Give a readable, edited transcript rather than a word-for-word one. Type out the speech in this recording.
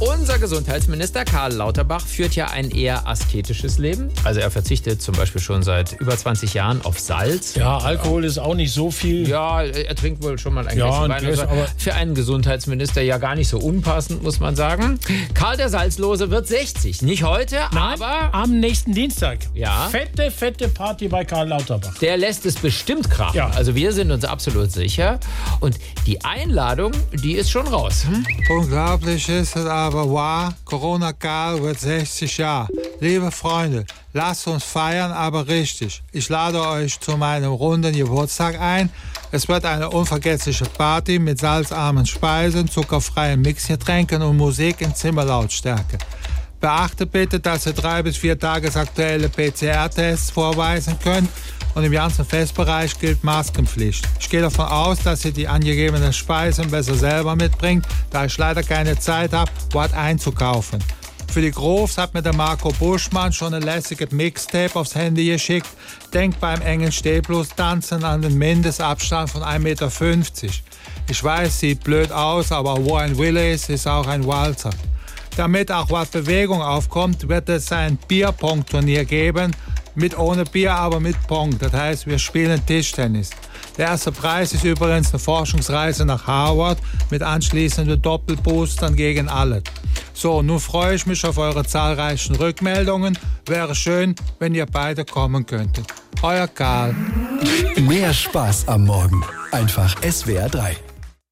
Unser Gesundheitsminister Karl Lauterbach führt ja ein eher asketisches Leben. Also er verzichtet zum Beispiel schon seit über 20 Jahren auf Salz. Ja, Alkohol ist auch nicht so viel. Ja, er trinkt wohl schon mal ein Gläschen Wein. Also aber für einen Gesundheitsminister ja gar nicht so unpassend, muss man sagen. Karl der Salzlose wird 60. Nicht heute, Nein, aber am nächsten Dienstag. Ja. Fette Party bei Karl Lauterbach. Der lässt es bestimmt krachen. Ja. Also wir sind uns absolut sicher. Und die Einladung, die ist schon raus. Unglaublich ist es aber wahr, Corona-Karl wird 60 Jahre. Liebe Freunde, lasst uns feiern, aber richtig. Ich lade euch zu meinem runden Geburtstag ein. Es wird eine unvergessliche Party mit salzarmen Speisen, zuckerfreien Mixgetränken und Musik in Zimmerlautstärke. Beachtet bitte, dass ihr 3 bis 4 tagesaktuelle PCR-Tests vorweisen könnt und im ganzen Festbereich gilt Maskenpflicht. Ich gehe davon aus, dass ihr die angegebenen Speisen besser selber mitbringt, da ich leider keine Zeit habe, dort einzukaufen. Für die Groves hat mir der Marco Buschmann schon ein lässiges Mixtape aufs Handy geschickt. Denkt beim engen Stehblues-Tanzen an den Mindestabstand von 1,50 Meter. Ich weiß, sieht blöd aus, aber wo ein Wille ist auch ein Walzer. Damit auch was Bewegung aufkommt, wird es ein Bierpong-Turnier geben. Mit ohne Bier, aber mit Pong. Das heißt, wir spielen Tischtennis. Der erste Preis ist übrigens eine Forschungsreise nach Harvard mit anschließenden Doppelboostern gegen alle. So, nun freue ich mich auf eure zahlreichen Rückmeldungen. Wäre schön, wenn ihr beide kommen könntet. Euer Karl. Mehr Spaß am Morgen. Einfach SWR 3.